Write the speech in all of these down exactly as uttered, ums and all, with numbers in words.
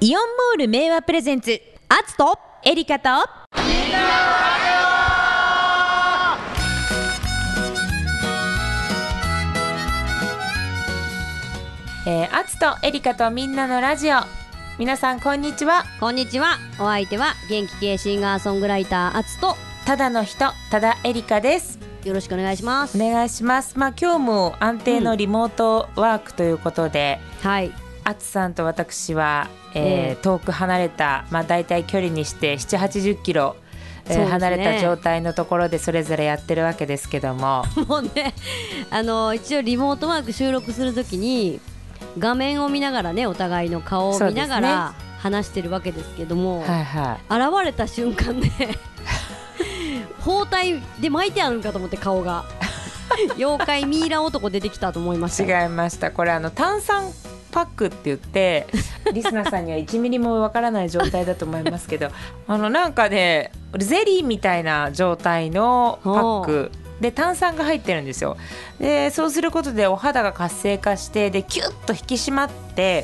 イオンモール名和プレゼンツ、アツとエリカとみんなえー、アツとエリカとみんなのラジオ。皆さんこんにちは。 こんにちは。お相手は元気系シンガーソングライターアツとただの人、ただエリカです。 よろしくお願いします。 お願いします。まあ、今日も安定のリモートワークということで、 うん、はい、 アツさんと私は、えーえー、 遠く離れた、まあ、だいたい距離にしてななじゅう、はちじゅっキロ、えーね、 離れた状態のところでそれぞれやってるわけですけどももうね、あの一応リモートワーク収録するときに画面を見ながらね、お互いの顔を見ながら話してるわけですけども、 はいはい、 現れた瞬間ね包帯で巻いてあるんかと思って、顔が妖怪ミイラ男出てきたと思いました。 違いました。これあの炭酸パックって言ってリスナーさんにはいちミリもわからない状態だと思いますけどあのなんかね、ゼリーみたいな状態のパックで炭酸が入ってるんですよ。でそうすることでお肌が活性化して、でキュッと引き締まって、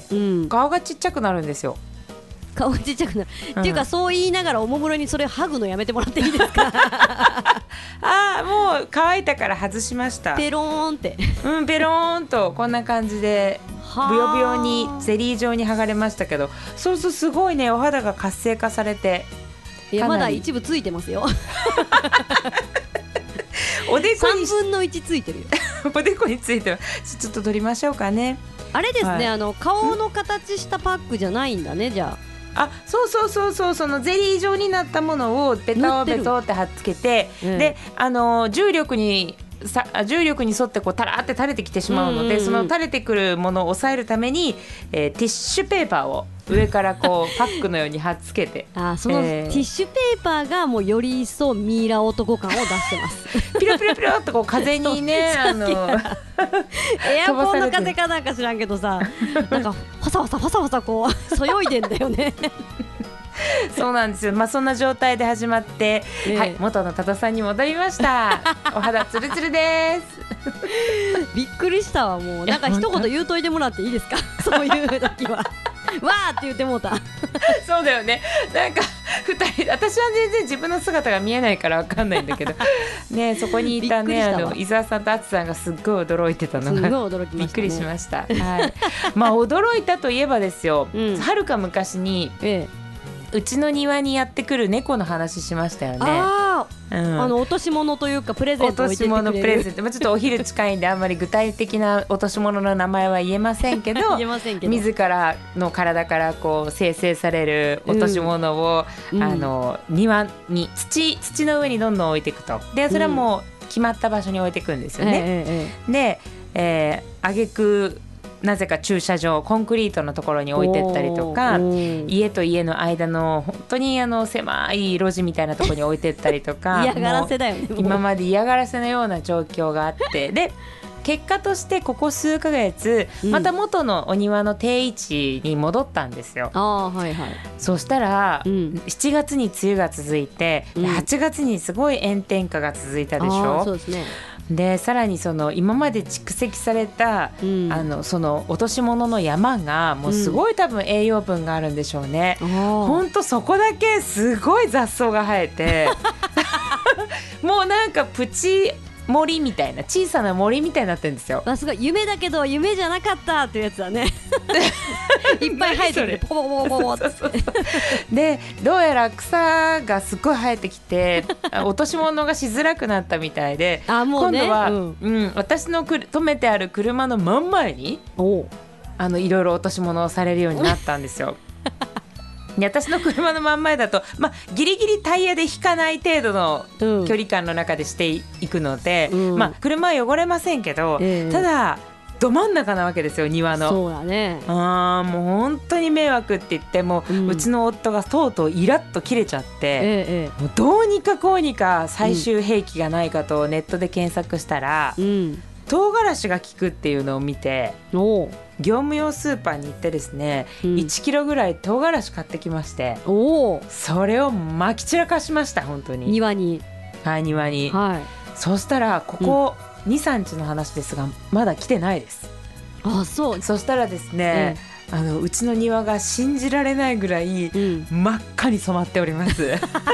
うん、顔がちっちゃくなるんですよ。 顔がちっちゃくなる、 うん、 っていうか、そう言いながらおもむろにそれ剥ぐのやめてもらっていいですかあー、もう乾いたから外しました。 ペローンってうん、ペローンとこんな感じでブヨブヨにゼリー状に剥がれましたけど、そうするとすごいね、お肌が活性化されて、 いやまだ一部ついてますよおでこにさんぶんのいちついてるよおでこについてはちょっと取りましょうかね。 あれですね、 はい、 あの顔の形したパックじゃないんだね、じゃあ。 あ、そうそうそうそう、そのゼリー状になったものをベタベタって貼っつけて、うん、であの重力にさ重力に沿ってこうタラーって垂れてきてしまうので、うんうんうん、その垂れてくるものを抑えるために、えー、ティッシュペーパーを上からこうパックのように貼っつけてあ、そのティッシュペーパーがもうより一層ミイラ男感を出してますピロピロピロっとこう風にねあのエアコンの風かなんか知らんけどさ、なんかファサファサファサファサこうそよいでんだよねそうなんですよ。まあ、そんな状態で始まって、えーはい、元の多田さんに戻りましたお肌ツルツルですびっくりしたわ。もうなんか一言言うといてもらっていいですかそういう時はわーって言ってもうたそうだよね。なんかふたり、私は全然自分の姿が見えないから分かんないんだけどね、そこにいたね、あの伊沢さんとあつさんがすっごい驚いてたのがすごい驚きましたね。 びっくりしました、はい、まあ驚いたといえばですよ、うん、はるか昔に、ええ、うちの庭にやってくる猫の話しましたよね。 あ、うん、あの落とし物というかプレゼントを置いてってくれる落とし物プレゼント、まあ、ちょっとお昼近いんであんまり具体的な落とし物の名前は言えませんけど言えませんけど、 自らの体からこう生成される落とし物を、うん、あの庭に 土, 土の上にどんどん置いていくと。でそれはもう決まった場所に置いていくんですよね、えええ、で、えー、挙句なぜか駐車場、コンクリートのところに置いてったりとか、家と家の間の本当にあの狭い路地みたいなところに置いてったりとか嫌がらせだよね。 今まで嫌がらせのような状況があって、で結果としてここ数ヶ月、うん、また元のお庭の定位置に戻ったんですよ。 あ、はいはい、 そしたら、うん、しちがつに梅雨が続いて、うん、はちがつにすごい炎天下が続いたでしょ。 あ、そうですね。 でさらにその今まで蓄積された、うん、あのその落とし物の山がもうすごい多分栄養分があるんでしょうね、うん、ほんとそこだけすごい雑草が生えてもうなんかプチ森みたいな、小さな森みたいになってるんですよ。 あ、すごい夢だけど夢じゃなかったっていうやつだねいっぱい生えてるポポポポポポってでどうやら草がすっごい生えてきて落とし物がしづらくなったみたいであ、もうね、 今度は、 うんうん、私のく止めてある車の真ん前にあのいろいろ落とし物をされるようになったんですよで私の車の真ん前だと、まあ、ギリギリタイヤで引かない程度の距離感の中でしていくので、うんまあ、車は汚れませんけど、えー、ただど真ん中なわけですよ、庭の。 そうだね。 あもう本当に迷惑って言っても、うん、うちの夫がとうとうイラッと切れちゃって、ええ、もうどうにかこうにか最終兵器がないかとネットで検索したら、うん、唐辛子が効くっていうのを見て、お業務用スーパーに行ってですね、うん、いちキロぐらい唐辛子買ってきまして、おそれをまき散らかしました。本当に庭に。 はい、庭に、 はい、 そしたらここ、うん、にさんにちの話ですがまだ来てないです。 あ、そう。 そしたらですね、 あのうちの庭が信じられないぐらい真っ赤に染まっております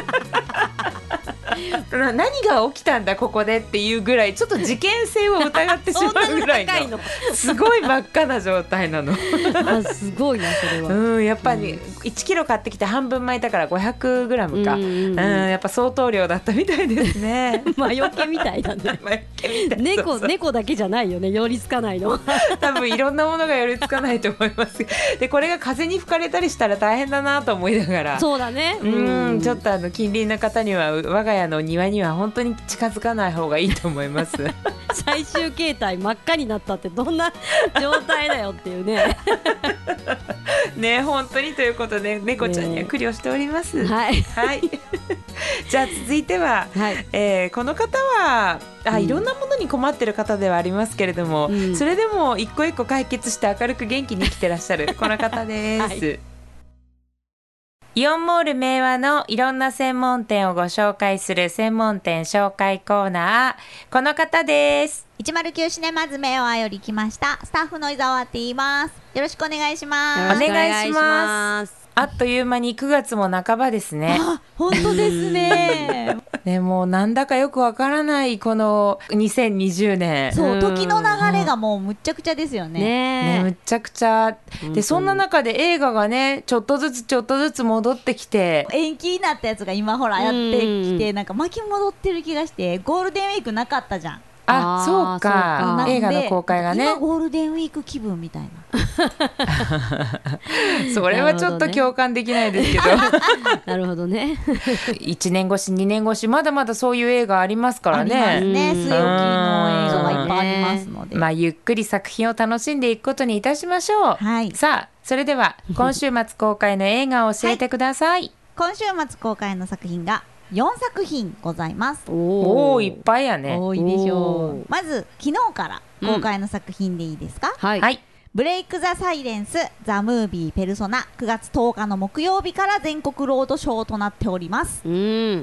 何が起きたんだここでっていうぐらいちょっと事件性を疑ってしまうぐらい の, のすごい真っ赤な状態なのあすごいなそれは、 うん、やっぱりいちキロ買ってきて半分巻いたからごひゃくグラムか、うんうんうん、やっぱ相当量だったみたいですね魔除けみたいだね猫, 猫だけじゃないよね寄りつかないの多分いろんなものが寄りつかないと思いますでこれが風に吹かれたりしたら大変だなと思いながらそうだね、 うん、うん、ちょっとあの近隣の方には我が家の庭には本当に近づかない方がいいと思います最終形態真っ赤になったってどんな状態だよっていうねね本当にということで猫ちゃんには苦慮しております、 ね、はい、 はい、じゃあ続いては、はいえー、この方はあいろんなものに困ってる方ではありますけれども、うん、それでも一個一個解決して明るく元気に生きてらっしゃるこの方です、はいイオンモール明和のいろんな専門店をご紹介する専門店紹介コーナーこの方です。 いちまるきゅうシネマズ明和より来ましたスタッフの伊沢って言います。よろしくお願いします。 お願いします。あっという間にくがつも半ばですね。 あ本当ですねねもうなんだかよくわからないこのにせんにじゅうねんそう時の流れがもうむっちゃくちゃですよね。 ねむっちゃくちゃでそんな中で映画がねちょっとずつちょっとずつ戻ってきて延期になったやつが今ほらやってきてなんか巻き戻ってる気がしてゴールデンウィークなかったじゃん。 ああそうか映画の公開がね今ゴールデンウィーク気分みたいなそれはちょっと共感できないですけどなるほどねいちねんごしにねんごしまだまだそういう映画ありますからね。 ありますね据え置きの映画がいっぱいありますので、 まあ、ゆっくり作品を楽しんでいくことにいたしましょう、はい、さあそれでは今週末公開の映画を教えてください、はい、 今週末公開の作品がよんさくひんございます。 おーいっぱいやね。 多いでしょう。まず昨日から公開の作品でいいですか、 うん、はい、 ブレイク・ザ・サイレンス・ザ・ムービー・ペルソナくがつとおかの木曜日から全国ロードショーとなっております、うん、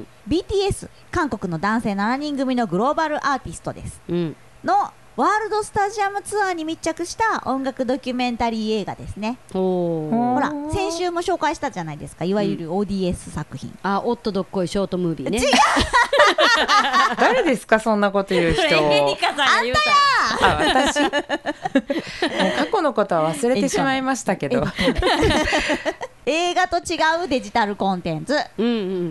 ビーティーエス 韓国の男性しちにん組のグローバルアーティストです、うん、のワールドスタジアムツアーに密着した音楽ドキュメンタリー映画ですね。ほら先週も紹介したじゃないですかいわゆる オーディーエス 作品、うん、 あおっとどっこいショートムービーね。違う誰ですかそんなこと言う人。 エリカさんが言うた。 あ私もう過去のことは忘れてしまいましたけど映画と違うデジタルコンテンツ、 うんうん、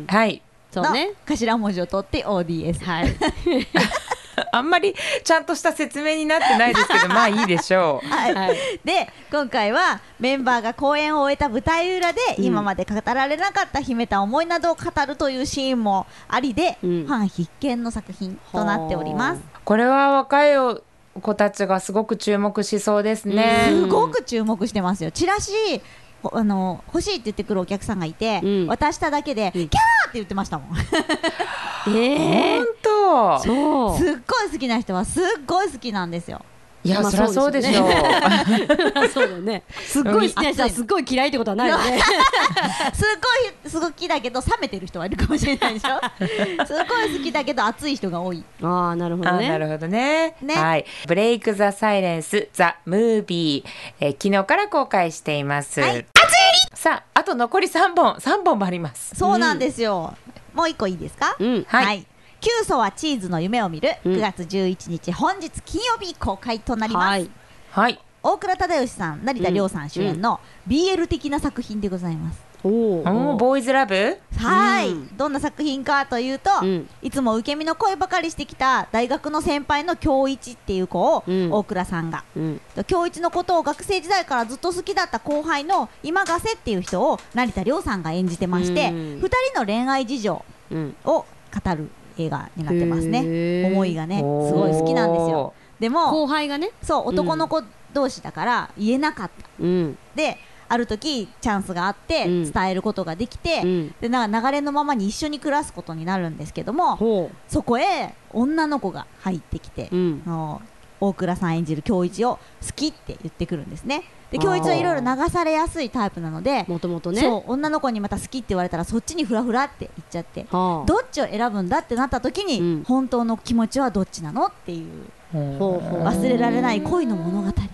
はいそうね頭文字を取って オーディーエス、はいあんまりちゃんとした説明になってないですけどまあいいでしょう、 はいはい、で今回はメンバーが公演を終えた舞台裏で、うん、今まで語られなかった秘めた思いなどを語るというシーンもありで、うん、ファン必見の作品となっております。 これは若い子たちがすごく注目しそうですね、 うん、すごく注目してますよ。チラシあの欲しいって言ってくるお客さんがいて、うん、渡しただけで、うん、キャーって言ってましたもんえー、ほんとそうすっごい好きな人はすっごい好きなんですよ。 いや、まあ、そりゃそうでしょうそうだよね。すっごい好きな人はすっごい嫌いってことはないよねすっごいすごい好きだけど冷めてる人はいるかもしれないでしょすっごい好きだけど熱い人が多い。 ああなるほどね。 あなるほど ね, ね、はい、ブレイク・ザ・サイレンス・ザ・ムービー、えー、昨日から公開しています、はい、熱い。さああと残りさんぼんさんぼんもあります。 そうなんですよ、うん、もういっこいいですか、うん、はい、はいキュウソはチーズの夢を見る、うん、くがつじゅういちにち本日金曜日公開となります、はいはい、 大倉忠義さん成田凌さん主演の ビーエル 的な作品でございます。 おーボーイズラブはい、うん、どんな作品かというと、うん、いつも受け身の声ばかりしてきた大学の先輩の京一っていう子を、うん、大倉さんが、うん、京一のことを学生時代からずっと好きだった後輩の今ヶ瀬っていう人を成田凌さんが演じてまして、うん、ふたりの恋愛事情を語る映画になってますね。思いがねすごい好きなんですよ。でも後輩がねそう男の子同士だから言えなかった、うん、である時チャンスがあって伝えることができて、うん、でなんか流れのままに一緒に暮らすことになるんですけども、そこへ女の子が入ってきて、うん、の大倉さん演じる京一を好きって言ってくるんですね。で京一はいろいろ流されやすいタイプなので、 もともとね、 そう女の子にまた好きって言われたらそっちにフラフラって言っちゃって、はあ、どっちを選ぶんだってなった時に、うん、本当の気持ちはどっちなのっていう、忘れられない恋の物語と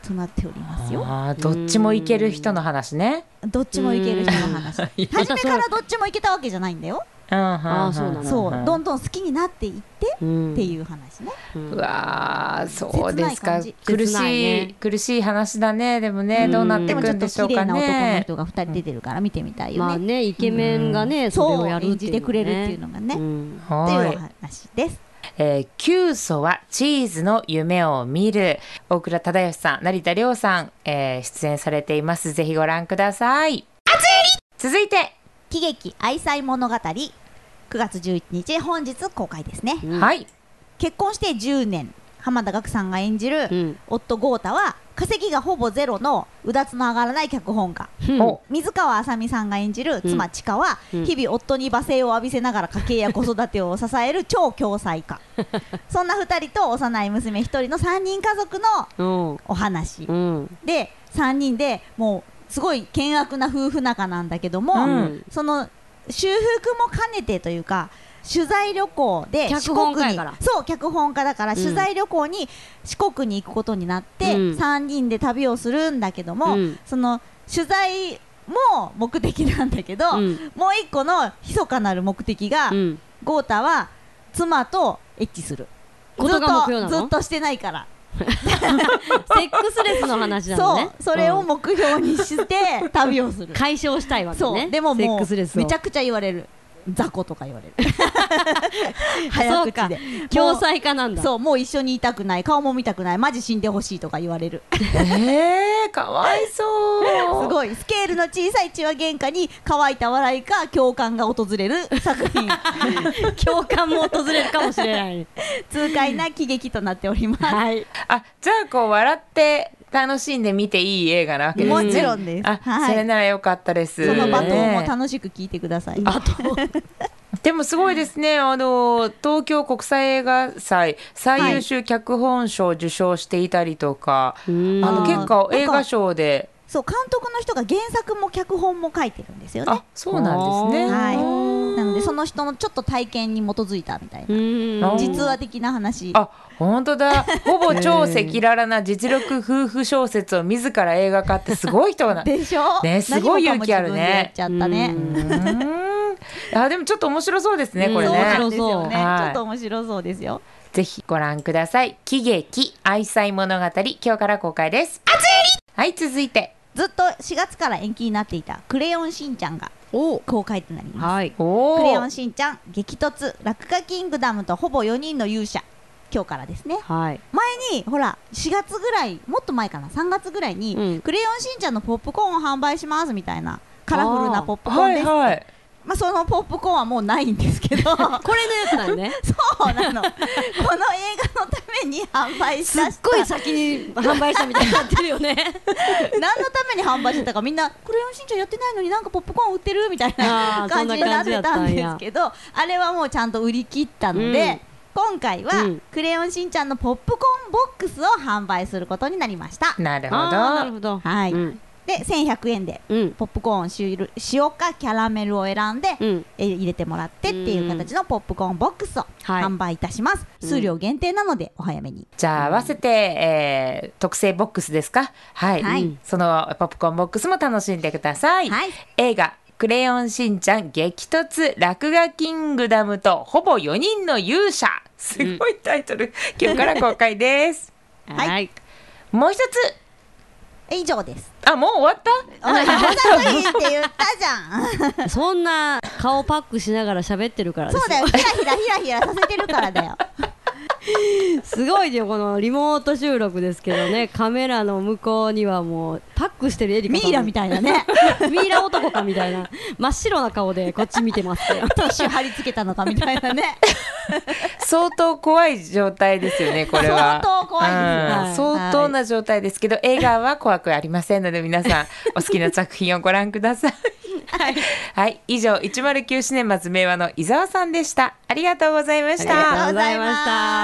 となっておりますよ。 あどっちもいける人の話ね。 どっちもいける人の話。初めからどっちもいけたわけじゃないんだよ。 あそうなんだ。 そうどんどん好きになっていってっていう話ね。 うわそうですか。苦しい、 ね、 苦しい話だね。でもねどうなっていくんでしょうかね。 でもちょっと綺麗な男の人がふたり出てるから見てみたいよね。 まあねイケメンがね、うん、それをやるっていうの、ね、 そう演じてくれるっていうのがね、うん、っていうお話です。 えー、キ素はチーズの夢を見る、大倉忠義さん、成田凌さん、えー、出演されています。ぜひご覧ください。続いて喜劇愛妻物語、くがつじゅういちにち本日公開ですね、 うん、はい。 結婚してじゅうねん、浜田岳さんが演じる、うん、夫豪太は稼ぎがほぼゼロのうだつの上がらない脚本家、うん、水川あさみさんが演じる妻千佳は、うん、日々夫に罵声を浴びせながら家計や子育てを支える超共済家そんなふたりと幼い娘ひとりのさんにん家族のお話、うん、でさんにんでもうすごい険悪な夫婦仲なんだけども、うん、その修復も兼ねてというか取材旅行で四国にそう脚本家だから取材旅行に四国に行くことになって、うん、さんにんで旅をするんだけども、うん、その取材も目的なんだけど、うん、もう一個の密かなる目的が、うん、豪太は妻とエッチすることが目標なの？ ずっとずっとしてないからセックスレスの話なのね。 そうそれを目標にして旅をする解消したいわけね。 そうでももうめちゃくちゃ言われる、雑魚とか言われる早口で共済化なんだ。 そうもう一緒にいたくない、顔も見たくない、マジ死んでほしいとか言われるえー、かわいそうすごいスケールの小さい血は喧嘩に乾いた笑いか共感が訪れる作品共感も訪れるかもしれない痛快な喜劇となっております、 はい、あじゃあこう笑って楽しんで見ていい映画なわけですね。 もちろんです。 あ、はい、それならよかったです。 そのバトンも楽しく聞いてください。 バトンでもすごいですね。あの東京国際映画祭最優秀脚本賞を受賞していたりとか、はい、あの結構映画賞でそう監督の人が原作も脚本も書いてるんですよね。 あ、そうなんですね。 はい。なのでその人のちょっと体験に基づいたみたいな実話的な話。 あ、本当だ。ほぼ超赤裸々な実力夫婦小説を自ら映画化ってすごい人なでしょ。 ね、すごい勇気あるね。 やっちゃったね。 あ、でもちょっと面白そうですねこれね。 そうですよね。ちょっと面白そうですよ。 ぜひご覧ください。喜劇愛妻物語、今日から公開です。はい、続いてずっとしがつから延期になっていたクレヨンしんちゃんが公開となります、はい、クレヨンしんちゃん激突落書キングダムとほぼよにんの勇者、今日からですね、はい、前にほらしがつぐらい、もっと前かな、さんがつぐらいに、うん、クレヨンしんちゃんのポップコーンを販売しますみたいなカラフルなポップコーンですって、はいはい、まあ、そのポップコーンはもうないんですけどこれのやつなんねそうなのこの映画のために販売したすっごい先に販売したみたいになってるよね何のために販売してたか、みんなクレヨンしんちゃんやってないのになんかポップコーン売ってるみたいな感じになってたんですけど、 あ, あれはもうちゃんと売り切ったので、うん、今回は、うん、クレヨンしんちゃんのポップコーンボックスを販売することになりました。 なるほど、 なるほど、 はい、うん、でせんひゃくえんで、うん、ポップコーン塩かキャラメルを選んで、うん、え入れてもらってっていう形のポップコーンボックスを販売いたします、はい、数量限定なのでお早めに、 じゃあ合わせて、えー、特製ボックスですか、はい、はい、そのポップコーンボックスも楽しんでください、はい、映画クレヨンしんちゃん激突落書キングダムとほぼよにんの勇者、すごいタイトル、うん、今日から公開ですはい、はい、 もう一つ以上です。 あ、もう終わった？ おい、話さいいって言ったじゃんそんな顔パックしながら喋ってるからですよ。 そうだよ、ひらひらひらひらさせてるからだよすごいよ、このリモート収録ですけどね、カメラの向こうにはもうパックしてるエリカさん、 ミイラみたいなねミイラ男かみたいな真っ白な顔でこっち見てますよティッシュ貼り付けたのかみたいなね相当怖い状態ですよねこれは。 相当怖いですよ、はい、 相当な状態ですけど、はい、映画は怖くありませんので皆さんお好きな作品をご覧くださいはい、はい、以上いちまるきゅうシネマズ明和の伊沢さんでした。ありがとうございました。 ありがとうございました。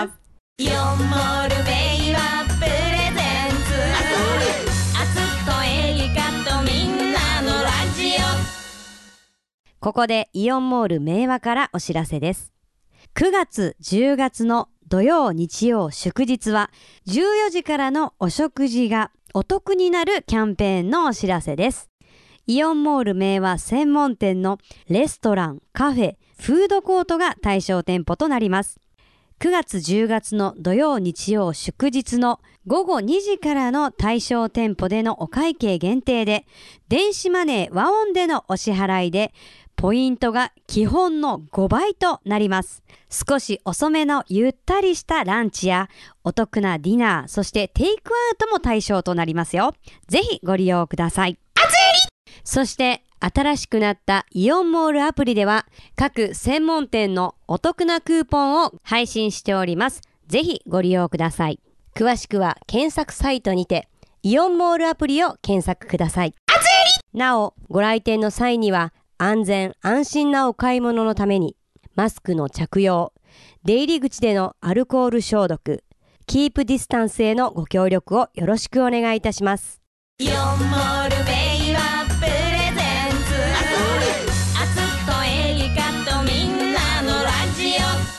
イオンモール明和プレゼンツアツと映画とみんなのラジオ。 ここでイオンモール明和からお知らせです。くがつじゅうがつの土曜日曜祝日はじゅうよじからのお食事がお得になるキャンペーンのお知らせです。イオンモール明和専門店のレストラン、カフェ、フードコートが対象店舗となります。くがつじゅうがつの土曜日曜祝日のごごにじからの対象店舗でのお会計限定で、電子マネー和音でのお支払いでポイントが基本のごばいとなります。少し遅めのゆったりしたランチやお得なディナー、そしてテイクアウトも対象となりますよ。ぜひご利用ください。そして新しくなったイオンモールアプリでは各専門店のお得なクーポンを配信しております。ぜひご利用ください。詳しくは検索サイトにてイオンモールアプリを検索ください。なお、ご来店の際には安全安心なお買い物のためにマスクの着用、出入り口でのアルコール消毒、キープディスタンスへのご協力をよろしくお願いいたします。 イオンモールベイはプレゼンツアツとエリカとみんなのラジ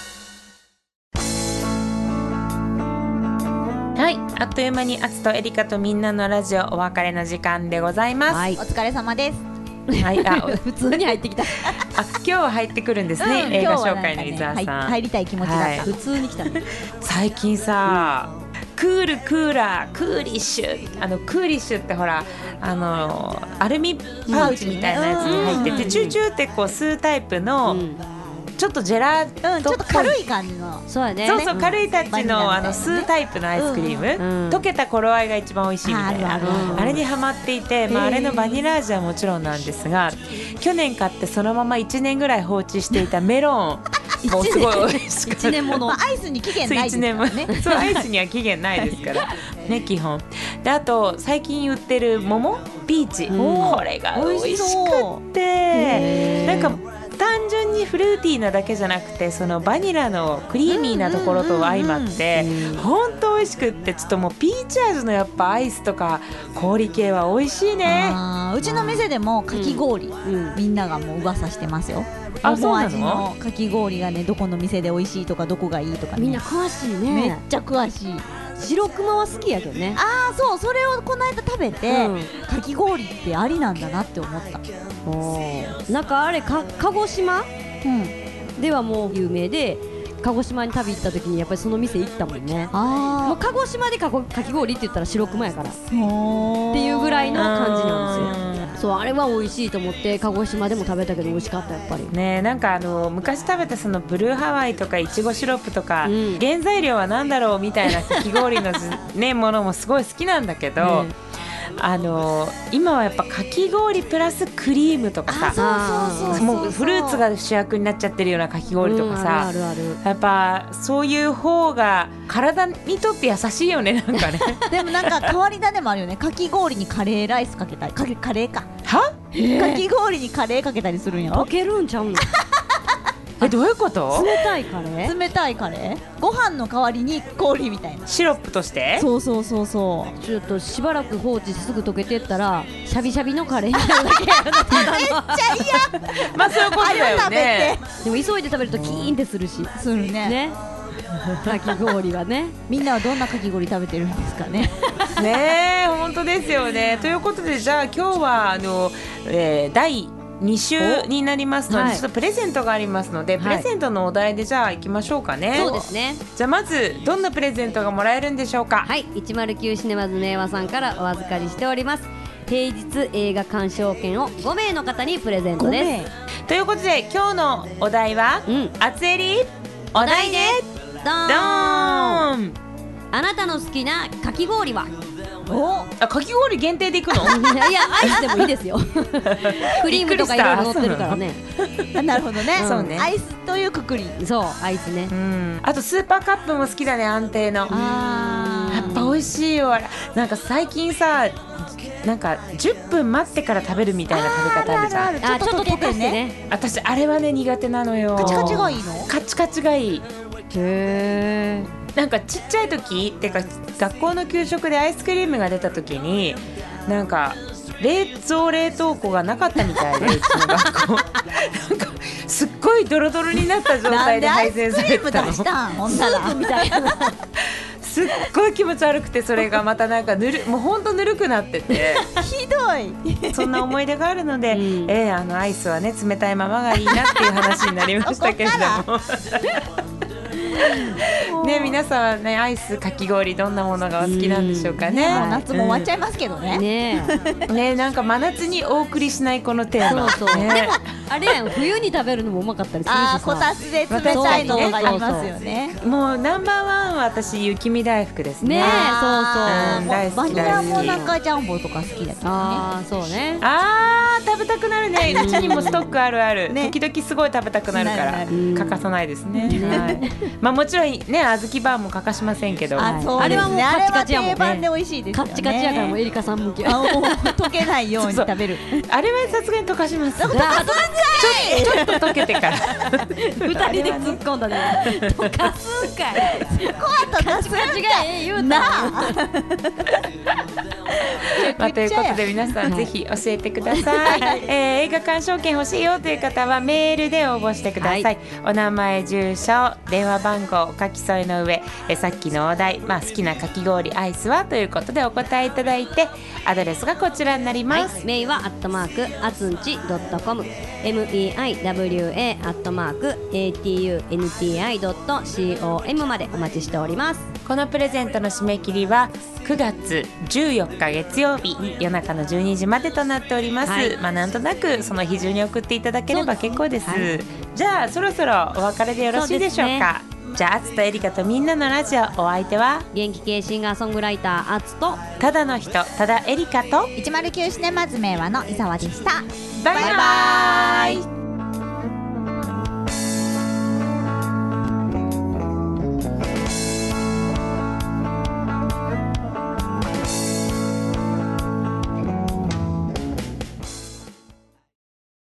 オ。はい、あっという間にアツとエリカとみんなのラジオお別れの時間でございます。 はい、お疲れ様です。 はい、あ普通に入ってきた。あ、 今日は入ってくるんですね、うん、映画紹介の伊沢さん、ね、 入りたい気持ちだった、はい、 普通に来たね。 最近さ、うん、クールクーラークーリッシュ、あのクーリッシュってほらあのアルミパウチみたいなやつに入ってて、チューチューってこう吸うタイプの、うん、ちょっとジェラート、 うん、ちょっと軽い感じの、 そうやね、 そうそう、軽いタッチの、あの吸うタイプのアイスクリーム、うん、溶けた頃合いが一番美味しいみたいな、あ, あれにハマっていて、まあ、あれのバニラ味はもちろんなんですが、去年買ってそのままいちねんぐらい放置していたメロンもうすごい美味しくて、いちねんもの、 まあ、アイスに期限ないですからね。 そう、アイスには期限ないですからね、基本で。あと最近売ってる桃ピーチ、うん、これが美味しくってなんか単純にフルーティーなだけじゃなくて、そのバニラのクリーミーなところと相まって本当美味しくって、ちょっともうピーチ味のやっぱアイスとか氷系は美味しいね。 あ、うちの店でもかき氷、うん、みんながもう噂してますよ。 あ、そうなの？ 味のかき氷がね、どこの店で美味しいとかどこがいいとか、ね、 みんな詳しいね。 めっちゃ詳しい。 白熊は好きやけどね。 ああ、そう、それをこの間食べて、うん、かき氷ってありなんだなって思った。 お、なんかあれか鹿児島、うん、ではもう有名で、鹿児島に旅行った時にやっぱりその店行ったもんね。あ、もう鹿児島でかかき氷って言ったら白熊やからっていうぐらいの感じなんですよ。そう、あれは美味しいと思って鹿児島でも食べたけど美味しかった、やっぱりね。なんかあの昔食べたそのブルーハワイとかいちごシロップとか、うん、原材料は何だろうみたいなかき氷の、ね、ものもすごい好きなんだけど、ね、あの今はやっぱかき氷プラスクリームとかさ、もうフルーツが主役になっちゃってるようなかき氷とかさ、うん、あるあるある、やっぱそういう方が体にとって優しいよね、なんかね。 でもなんか変わり種もあるよね。かき氷にカレーライスかけたり、かカレーかは、 えー、かき氷にカレーかけたりするんよ。 溶けるんちゃうの？ え、どういうこと？ 冷たいカレー？ 冷たいカレー、ご飯の代わりに氷みたいな、 シロップとして。 そうそうそうそう。 ちょっとしばらく放置してすぐ溶けてったらシャビシャビのカレーになるだけやるな。めっちゃ嫌。 まあそういうことだよね。 でも急いで食べるとキーンってするし、 するね。 ね、かき氷はね。 みんなはどんなかき氷食べてるんですかね。 ねえ、本当ですよね。ということで、じゃあ今日はあの、えー、だいに週になりますので、はい、ちょっとプレゼントがありますので、プレゼントのお題でじゃあ行きましょうかね。 そうですね。 じゃあまずどんなプレゼントがもらえるんでしょうか。 はい、いちまるきゅうシネマズ明和さんからお預かりしております平日映画鑑賞券をごめいの方にプレゼントです。 ということで今日のお題は、うん、あつえりお題でドーン。 あなたの好きなかき氷は？ おあ、かき氷限定でいくの？ いや、アイスでもいいですよ。クリームとかいろいろ乗ってるからね。 なるほどね、 うん、そうね、 アイスというくくり。 そう、アイスね、 うん、あとスーパーカップも好きだね、安定の。あ、やっぱ美味しいよ。なんか最近さ、なんかじゅっぷん待ってから食べるみたいな食べ方あるじゃん。 あ、ちょっと溶けてね。 私あれはね苦手なのよ。 カチカチがいいの？ カチカチがいい。 へー。 なんかちっちゃい時ってか学校の給食でアイスクリームが出た時になんか冷蔵冷凍庫がなかったみたいで、うちの学校なんかすっごいドロドロになった状態で配膳されてたの。 なんでアイスクリーム出したん？ほんならスすっごい気持ち悪くて、それがまたなんかぬるもうほんとぬるくなっててひどいそんな思い出があるので、うん、えー、あのアイスはね冷たいままがいいなっていう話になりましたけれどもね、皆さんはねアイスかき氷どんなものがお好きなんでしょうかね。 もう夏も終わっちゃいますけどね、うん、 ねね、なんか真夏にお送りしないこのテーマ、 そうそう、 ね、 でもあれやん、冬に食べるのもうまかったりするしさ、 あーこたつで冷たいのがありますよね。 もうナンバーワンは私雪見大福ですね。 ね、そうそう、 うん、大好きバニラもなかジャンボとか好きだけどね。 あー、そうね、 あー食べたくなるね。うちにもストックあるある、ね、時々すごい食べたくなるから欠かさないですね、はい、まあもちろんね小豆バーも欠かしませんけど、 あ、そうですね、 あれはもうカッチカチやもんね。 定番で美味しいですよね。 カッチカチやからもうエリカさん向き。 あ、もう溶けないように食べる。 あれはさすがに溶かします。ちょっと溶けてから二人で突っ込んだね。溶かすんかい。 コアとカチカチがええ言うたな。 まあ、ということで皆さんぜひ教えてください、はい、えー、映画鑑賞券欲しいよという方はメールで応募してください、はい、お名前、住所、電話番号お書き添えの上、えー、さっきのお題、まあ、好きなかき氷アイスはということでお答えいただいて、アドレスがこちらになります、 はい、メイはアットマークあつんち ドットコム メイワアットマーク アトゥンティドットコム までお待ちしております。 このプレゼントの締め切りはくがつじゅうよっか月曜日夜中のじゅうにじまでとなっております、はい、まあ、なんとなくその日中に送っていただければ結構です、はい、じゃあそろそろお別れでよろしいでしょうか。じゃあアツとエリカとみんなのラジオ、お相手は元気系シンガーソングライターアツとただの人ただエリカといちまるきゅうシネマズ名和の伊沢でした。 バイバイ。